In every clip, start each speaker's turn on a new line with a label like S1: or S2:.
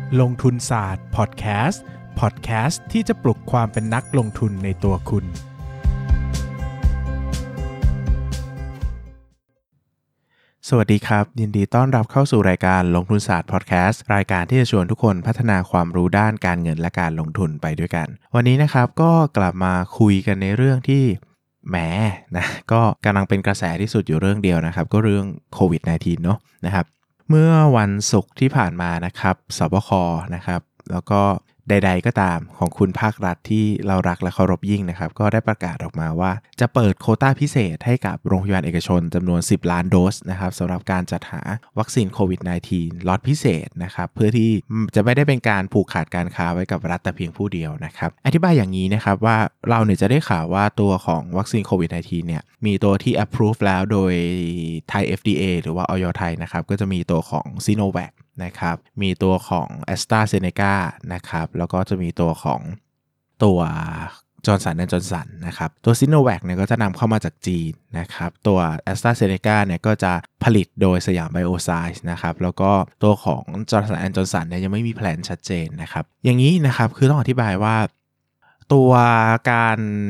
S1: ลงทุนศาสตร์พอดแคสต์ที่จะปลุกความเป็นนักลงทุนในตัวคุณสวัสดีครับยินดีต้อนรับเข้าสู่รายการลงทุนศาสตร์พอดแคสต์รายการที่จะชวนทุกคนพัฒนาความรู้ด้านการเงินและการลงทุนไปด้วยกันวันนี้นะครับก็กลับมาคุยกันในเรื่องที่แหมนะก็กำลังเป็นกระแสที่สุดอยู่เรื่องเดียวนะครับก็เรื่องโควิด -19 เนาะนะครับเมื่อวันศุกร์ที่ผ่านมานะครับสบคนะครับแล้วก็ใดๆก็ตามของคุณภาครัฐที่เรารักและเคารพยิ่งนะครับก็ได้ประกาศออกมาว่าจะเปิดโควต้าพิเศษให้กับโรงพยาบาลเอกชนจำนวน10ล้านโดสนะครับสำหรับการจัดหาวัคซีนโควิด -19 ล็อตพิเศษนะครับเพื่อที่จะไม่ได้เป็นการผูกขาดการค้าไว้กับรัฐแต่เพียงผู้เดียวนะครับอธิบายอย่างนี้นะครับว่าเราเนี่ยจะได้ข่าวว่าตัวของวัคซีนโควิด -19 เนี่ยมีตัวที่ approve แล้วโดยไทย FDA หรือว่าอย.ไทยนะครับก็จะมีตัวของ Sinovacนะครับมีตัวของ AstraZeneca นะครับแล้วก็จะมีตัวของตัว Johnson & Johnson นะครับตัว Sinovac เนี่ยก็จะนำเข้ามาจากจีนนะครับตัว AstraZeneca เนี่ยก็จะผลิตโดยสยามไบโอไซส์นะครับแล้วก็ตัวของ Johnson & Johnson เนี่ยยังไม่มีแผนชัดเจนนะครับอย่างนี้นะครับคือต้องอธิบายว่าตัวการ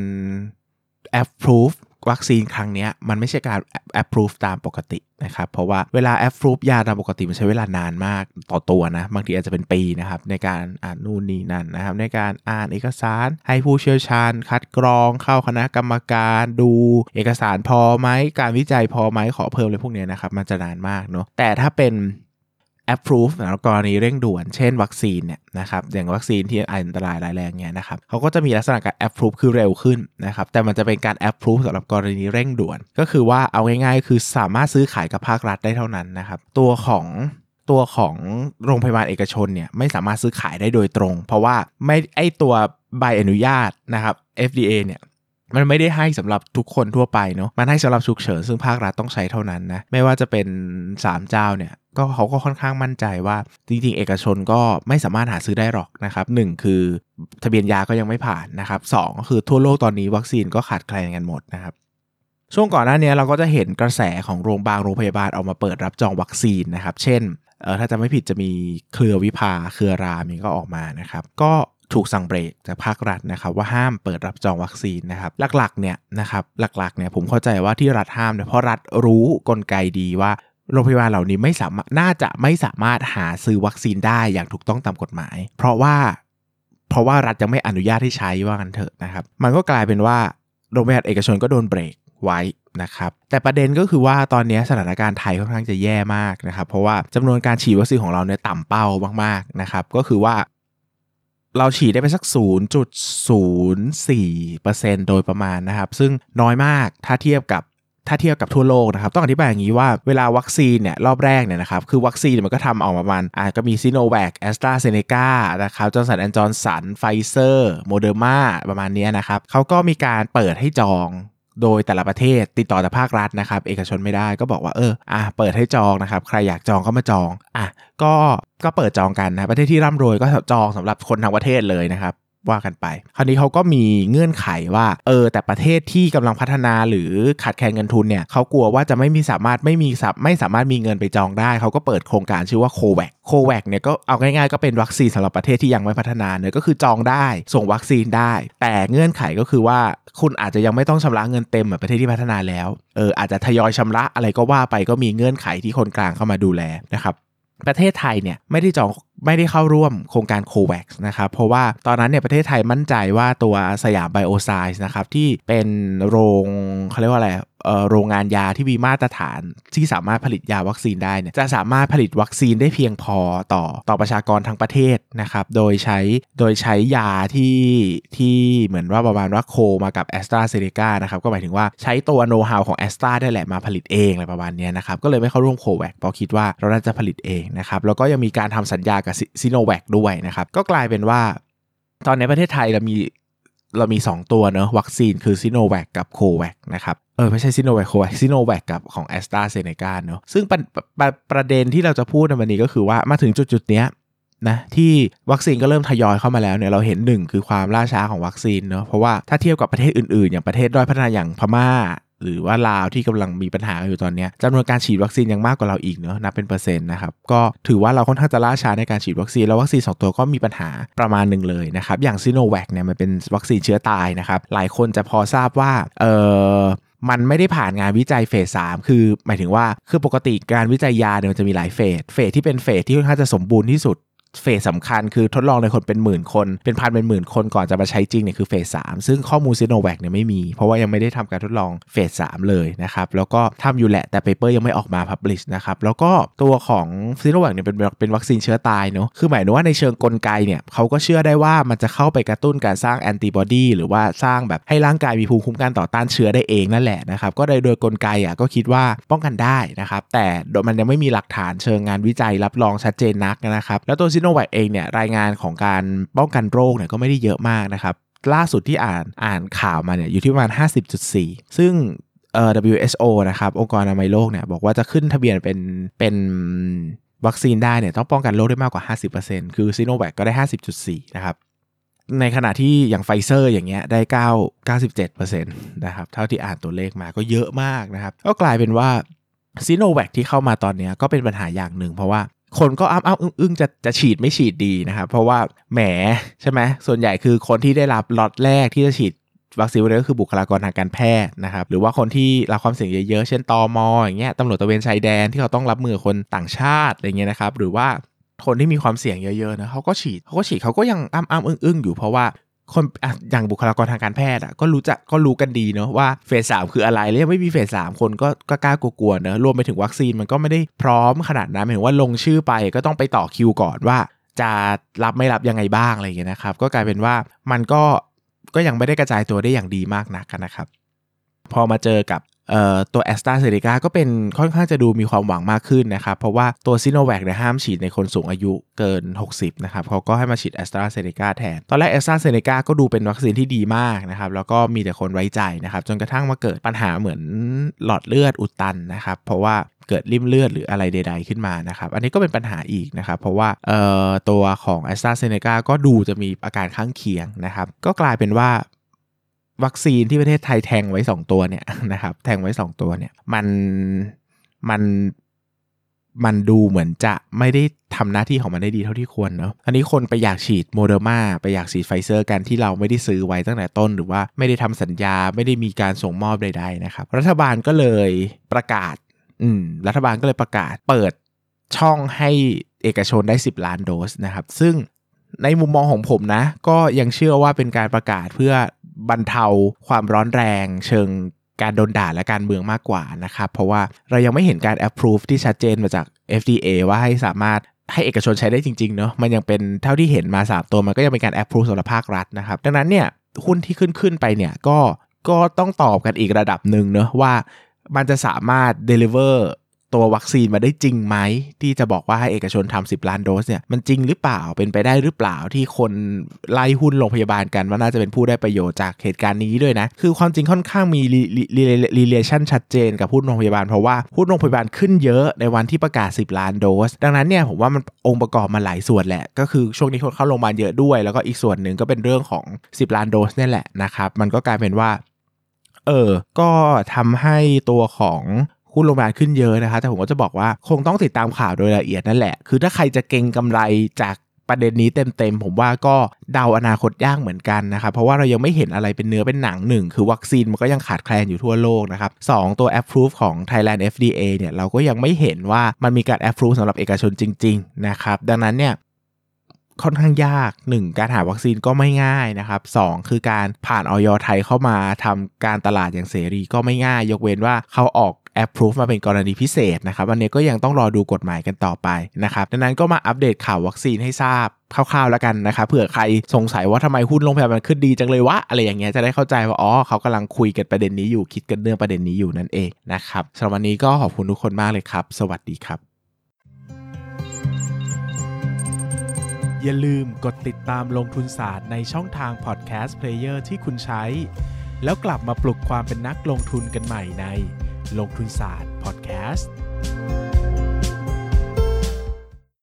S1: approve วัคซีนครั้งนี้มันไม่ใช่การ approve ตามปกตินะครับเพราะว่าเวลา approve ยาตามปกติมันใช้เวลานานมากต่อตัวนะบางทีอาจจะเป็นปีนะครับในการอ่านนู่นนี่นั่นนะครับในการอ่านเอกสารให้ผู้เชี่ยวชาญคัดกรองเข้าคณะกรรมการดูเอกสารพอไหมการวิจัยพอไหมขอเพิ่มอะไรพวกนี้นะครับมันจะนานมากเนาะแต่ถ้าเป็นapprove ในกรณีเร่งด่วนเช่นวัคซีนเนี่ยนะครับอย่างวัคซีนที่อันตรายร้ายแรงเนี่ยนะครับเขาก็จะมีลักษณะการ approve คือเร็วขึ้นนะครับแต่มันจะเป็นการ approve สำหรับกรณีเร่งด่วนก็คือว่าเอาง่ายๆคือสามารถซื้อขายกับภาครัฐได้เท่านั้นนะครับตัวของโรงพยาบาลเอกชนเนี่ยไม่สามารถซื้อขายได้โดยตรงเพราะว่าไม่ตัวใบอนุญาตนะครับ FDA เนี่ยมันไม่ได้ให้สำหรับทุกคนทั่วไปเนาะมันให้สำหรับฉุกเฉินซึ่งภาครัฐต้องใช้เท่านั้นนะไม่ว่าจะเป็น3เจ้าเนี่ยก็เขาก็ค่อนข้างมั่นใจว่าจริงๆเอกชนก็ไม่สามารถหาซื้อได้หรอกนะครับ1คือทะเบียนยาก็ยังไม่ผ่านนะครับ2ก็คือทั่วโลกตอนนี้วัคซีนก็ขาดแคลนกันหมดนะครับช่วงก่อนหน้านี้เราก็จะเห็นกระแสของโรงพยาบาลออกมาเปิดรับจองวัคซีนนะครับเช่นถ้าจะไม่ผิดจะมีเครือวิภาเครือรามก็ออกมานะครับก็ถูกสั่งเบรกจากภาครัฐนะครับว่าห้ามเปิดรับจองวัคซีนนะครับหลักๆเนี่ยผมเข้าใจว่าที่รัฐห้ามเนี่ยเพราะรัฐรู้กลไกดีว่าโรงพยาบาลเหล่านี้น่าจะไม่สามารถหาซื้อวัคซีนได้อย่างถูกต้องตามกฎหมายเพราะว่ารัฐยังไม่อนุญาตให้ใช้ว่ากันเถอะนะครับมันก็กลายเป็นว่าโรงพยาบาลเอกชนก็โดนเบรกไว้นะครับแต่ประเด็นก็คือว่าตอนนี้สถานการณ์ไทยค่อนข้างจะแย่มากนะครับเพราะว่าจำนวนการฉีดวัคซีนของเราเนี่ยต่ำเป้ามากๆนะครับก็คือว่าเราฉีดได้ไปสัก 0.04% โดยประมาณนะครับซึ่งน้อยมากถ้าเทียบกับทั่วโลกนะครับต้องอธิบายอย่างนี้ว่าเวลาวัคซีนเนี่ยรอบแรกเนี่ยนะครับคือวัคซีนมันก็ทำออกมาประมาณก็มี Sinovac AstraZeneca นะครับ Johnson & Johnson Pfizer Moderna ประมาณนี้นะครับเขาก็มีการเปิดให้จองโดยแต่ละประเทศติดต่อแต่ภาครัฐนะครับเอกชนไม่ได้ก็บอกว่าเปิดให้จองนะครับใครอยากจองก็มาจองก็เปิดจองกันนะประเทศที่ร่ำรวยก็จองสำหรับคนทั้งประเทศเลยนะครับว่ากันไปคราวนี้เขาก็มีเงื่อนไขว่าแต่ประเทศที่กำลังพัฒนาหรือขาดแคลนเงินทุนเนี่ยเขากลัวว่าจะไม่สามารถมีเงินไปจองได้เขาก็เปิดโครงการชื่อว่าโคแวคเนี่ยก็เอาง่ายๆก็เป็นวัคซีนสำหรับประเทศที่ยังไม่พัฒนาเนี่ยก็คือจองได้ส่งวัคซีนได้แต่เงื่อนไขก็คือว่าคุณอาจจะยังไม่ต้องชำระเงินเต็มเหมือนประเทศที่พัฒนาแล้วอาจจะทยอยชำระอะไรก็ว่าไปก็มีเงื่อนไขที่คนกลางเข้ามาดูแลนะครับประเทศไทยเนี่ยไม่ได้เข้าร่วมโครงการโคแวคนะครับเพราะว่าตอนนั้นเนี่ยประเทศไทยมั่นใจว่าตัวสยามไบโอไซส์นะครับที่เป็นเขาเรียกว่าอะไรโรงงานยาที่มีมาตรฐานที่สามารถผลิตยาวัคซีนได้เนี่ยจะสามารถผลิตวัคซีนได้เพียงพอต่อประชากรทั้งประเทศนะครับโดยใช้ยาที่เหมือนว่าประมาณว่าโคมากับ AstraZeneca นะครับก็หมายถึงว่าใช้ตัวโนว์ฮาวของ Astra ได้แหละมาผลิตเองอะไรประมาณนี้นะครับก็เลยไม่เข้าร่วมโคแวคเพราะคิดว่าเราน่าจะผลิตเองนะครับแล้วก็ยังมีการทำสัญญากับSinovac ด้วยนะครับก็กลายเป็นว่าตอนในประเทศไทยเรามี2ตัวเนอะวัคซีนคือ Sinovac กับ Covax นะครับไม่ใช่ Sinovac Covax Sinovac กับของ AstraZeneca เนอะซึ่งประเด็นที่เราจะพูดในวันนี้ก็คือว่ามาถึงจุดเนี้ยนะที่วัคซีนก็เริ่มทยอยเข้ามาแล้วเนี่ยเราเห็น1คือความล่าช้าของวัคซีนเนอะเพราะว่าถ้าเทียบกับประเทศอื่นๆอย่างประเทศด้อยพัฒนาอย่างพม่าหรือว่าลาวที่กำลังมีปัญหาอยู่ตอนนี้จำนวนการฉีดวัคซีนยังมากกว่าเราอีกเนอะนับเป็นเปอร์เซ็นต์นะครับก็ถือว่าเราค่อนข้างจะล่าช้าในการฉีดวัคซีนแล้ววัคซีน2ตัวก็มีปัญหาประมาณหนึ่งเลยนะครับอย่างซิโนแวคเนี่ยมันเป็นวัคซีนเชื้อตายนะครับหลายคนจะพอทราบว่ามันไม่ได้ผ่านงานวิจัยเฟส 3คือหมายถึงว่าคือปกติการวิจัยยาเนี่ยมันจะมีหลายเฟสที่เป็นเฟสที่ค่อนข้างจะสมบูรณ์ที่สุดเฟสสำคัญคือทดลองในคนเป็นหมื่นคนเป็นพันเป็นหมื่นคนก่อนจะมาใช้จริงเนี่ยคือเฟส 3ซึ่งข้อมูลซิโนแวคเนี่ยไม่มีเพราะว่ายังไม่ได้ทำการทดลองเฟส 3เลยนะครับแล้วก็ทำอยู่แหละแต่เปเปอร์ยังไม่ออกมาพับลิชนะครับแล้วก็ตัวของซิโนแวคเนี่ยเป็นวัคซีนเชื้อตายเนาะคือหมายถึงว่าในเชิงกลไกเนี่ยเขาก็เชื่อได้ว่ามันจะเข้าไปกระตุ้นการสร้างแอนติบอดีหรือว่าสร้างแบบให้ร่างกายมีภูมิคุ้มกันต่อต้านเชื้อได้เองนั่นแหละนะครับก็โดยกลไกก็คิดว่าป้องกันได้นะครับแต่มันยังไม่มีหลักฐานเชิงงานวิจัยรับรองชัดเจนนักนะครับแล้วตัวซิโนแวคเองเนี่ยรายงานของการป้องกันโรคเนี่ยก็ไม่ได้เยอะมากนะครับล่าสุดที่อ่านข่าวมาเนี่ยอยู่ที่ประมาณ 50.4 ซึ่งWHO นะครับองค์กรอนามัยโลกเนี่ยบอกว่าจะขึ้นทะเบียนเป็นวัคซีนได้เนี่ยต้องป้องกันโรคได้มากกว่า 50% คือซิโนแวคก็ได้ 50.4 นะครับในขณะที่อย่างไฟเซอร์อย่างเงี้ยได้ 97% นะครับเท่าที่อ่านตัวเลขมาก็เยอะมากนะครับก็กลายเป็นว่าซิโนแวคที่เข้ามาตอนนี้ก็เป็นปัญหาอย่างหนึ่งเพราะว่าคนก็อ้ำอึ้งจะฉีดไม่ฉีดดีนะครับเพราะว่าแหมใช่ไหมส่วนใหญ่คือคนที่ได้รับล็อตแรกที่จะฉีดวัคซีนก็คือบุคลากรทางการแพทย์นะครับหรือว่าคนที่รับความเสี่ยงเยอะๆเช่นตม.อย่างเงี้ยตำรวจตระเวนชายแดนที่เขาต้องรับมือคนต่างชาติอะไรเงี้ยนะครับหรือว่าคนที่มีความเสี่ยงเยอะๆนะเขาก็ฉีดเขาก็ยังอ้ำอึ้งอยู่เพราะว่าคนอย่างบุคลากรทางการแพทย์ก็รู้กันดีเนาะว่าเฟส 3คืออะไรแล้วยังไม่มีเฟส 3คนก็กล้ากลัวๆเนอะรวมไปถึงวัคซีนมันก็ไม่ได้พร้อมขนาดนั้นหมายถึงว่าลงชื่อไปก็ต้องไปต่อคิวก่อนว่าจะรับไม่รับยังไงบ้างอะไรอย่างเงี้ยนะครับก็กลายเป็นว่ามันก็ยังไม่ได้กระจายตัวได้อย่างดีมากนักนะครับพอมาเจอกับตัว AstraZeneca ก็เป็นค่อนข้างจะดูมีความหวังมากขึ้นนะครับเพราะว่าตัวซิโนแวคเนี่ยห้ามฉีดในคนสูงอายุเกิน60นะครับเขาก็ให้มาฉีด AstraZeneca แทนตอนแรก AstraZeneca ก็ดูเป็นวัคซีนที่ดีมากนะครับแล้วก็มีแต่คนไว้ใจนะครับจนกระทั่งมาเกิดปัญหาเหมือนหลอดเลือดอุดตันนะครับเพราะว่าเกิดริ่มเลือดหรืออะไรใดๆขึ้นมานะครับอันนี้ก็เป็นปัญหาอีกนะครับเพราะว่าตัวของ AstraZeneca ก็ดูจะมีอาการข้างเคียงนะครับก็กลายเป็นว่าวัคซีนที่ประเทศไทยแทงไว้2ตัวเนี่ยนะครับแทงไว้2ตัวเนี่ยมันดูเหมือนจะไม่ได้ทำหน้าที่ของมันได้ดีเท่าที่ควรเนาะอันนี้คนไปอยากฉีดโมเดอร์นาไปอยากฉีดไฟเซอร์กันที่เราไม่ได้ซื้อไว้ตั้งแต่ต้นหรือว่าไม่ได้ทำสัญญาไม่ได้มีการส่งมอบใดๆนะครับรัฐบาลก็เลยประกาศเปิดช่องให้เอกชนได้10 ล้านโดสนะครับซึ่งในมุมมองของผมนะก็ยังเชื่อว่าเป็นการประกาศเพื่อบรรเทาความร้อนแรงเชิงการโดนด่าและการเมืองมากกว่านะครับเพราะว่าเรายังไม่เห็นการ approve ที่ชัดเจนมาจาก FDA ว่าให้สามารถให้เอกชนใช้ได้จริงๆเนาะมันยังเป็นเท่าที่เห็นมา3ตัวมันก็ยังเป็นการ approve สำหรับภาครัฐนะครับดังนั้นเนี่ยหุ้นที่ขึ้นไปเนี่ยก็ต้องตอบกันอีกระดับหนึ่งเนาะว่ามันจะสามารถ deliverตัววัคซีนมาได้จริงไหมที่จะบอกว่าให้เอกชนทำ10 ล้านโดสเนี่ยมันจริงหรือเปล่าเป็นไปได้หรือเปล่าที่คนไล่หุ้นโรงพยาบาลกันว่าน่าจะเป็นผู้ได้ประโยชน์จากเหตุการณ์นี้ด้วยนะคือความจริงค่อนข้างมี relation ชัดเจนกับหุ้นโรงพยาบาลเพราะว่าหุ้นโรงพยาบาลขึ้นเยอะในวันที่ประกาศ10 ล้านโดสดังนั้นเนี่ยผมว่ามันองค์ประกอบมาหลายส่วนแหละก็คือช่วงนี้คนเข้าโรงพยาบาลเยอะด้วยแล้วก็อีกส่วนหนึ่งก็เป็นเรื่องของ10 ล้านโดสนี่แหละนะครับมันก็กลายเป็นว่าก็ทำให้ตัวของหุ้นโรงพยาบาลขึ้นเยอะนะคะแต่ผมก็จะบอกว่าคงต้องติดตามข่าวโดยละเอียดนั่นแหละคือถ้าใครจะเก็งกำไรจากประเด็นนี้เต็มผมว่าก็เดาอนาคตยากเหมือนกันนะครับเพราะว่าเรายังไม่เห็นอะไรเป็นเนื้อเป็นหนัง1คือวัคซีนมันก็ยังขาดแคลนอยู่ทั่วโลกนะครับ2ตัว approve ของ Thailand FDA เนี่ยเราก็ยังไม่เห็นว่ามันมีการ approve สำหรับเอกชนจริงๆนะครับดังนั้นเนี่ยค่อนข้างยาก1การหาวัคซีนก็ไม่ง่ายนะครับ2คือการผ่านอย.ไทยเข้ามาทำการตลาดอย่างเสรีก็ไม่ง่ายยกเว้นว่าเขาออกapprove มาเป็นกรณีพิเศษนะครับอันนี้ก็ยังต้องรอดูกฎหมายกันต่อไปนะครับดังนั้นก็มาอัปเดตข่าววัคซีนให้ทราบคร่าวๆแล้วกันนะครับเผื่อใครสงสัยว่าทำไมหุ้นโรงพยาบาลมันขึ้นดีจังเลยวะอะไรอย่างเงี้ยจะได้เข้าใจว่าเขากำลังคุยกันประเด็นนี้อยู่คิดกันเรื่องประเด็นนี้อยู่นั่นเองนะครับสำหรับวันนี้ก็ขอบคุณทุกคนมากเลยครับสวัสดีครับอย่าลืมกดติดตามลงทุนศาสตร์ในช่องทางพอดแคสต์เพลเยอร์ที่คุณใช้แล้วกลับมาปลุกความเป็นนักลงทุนกันใหม่ในลงทุนศาสตร์พอดแคสต์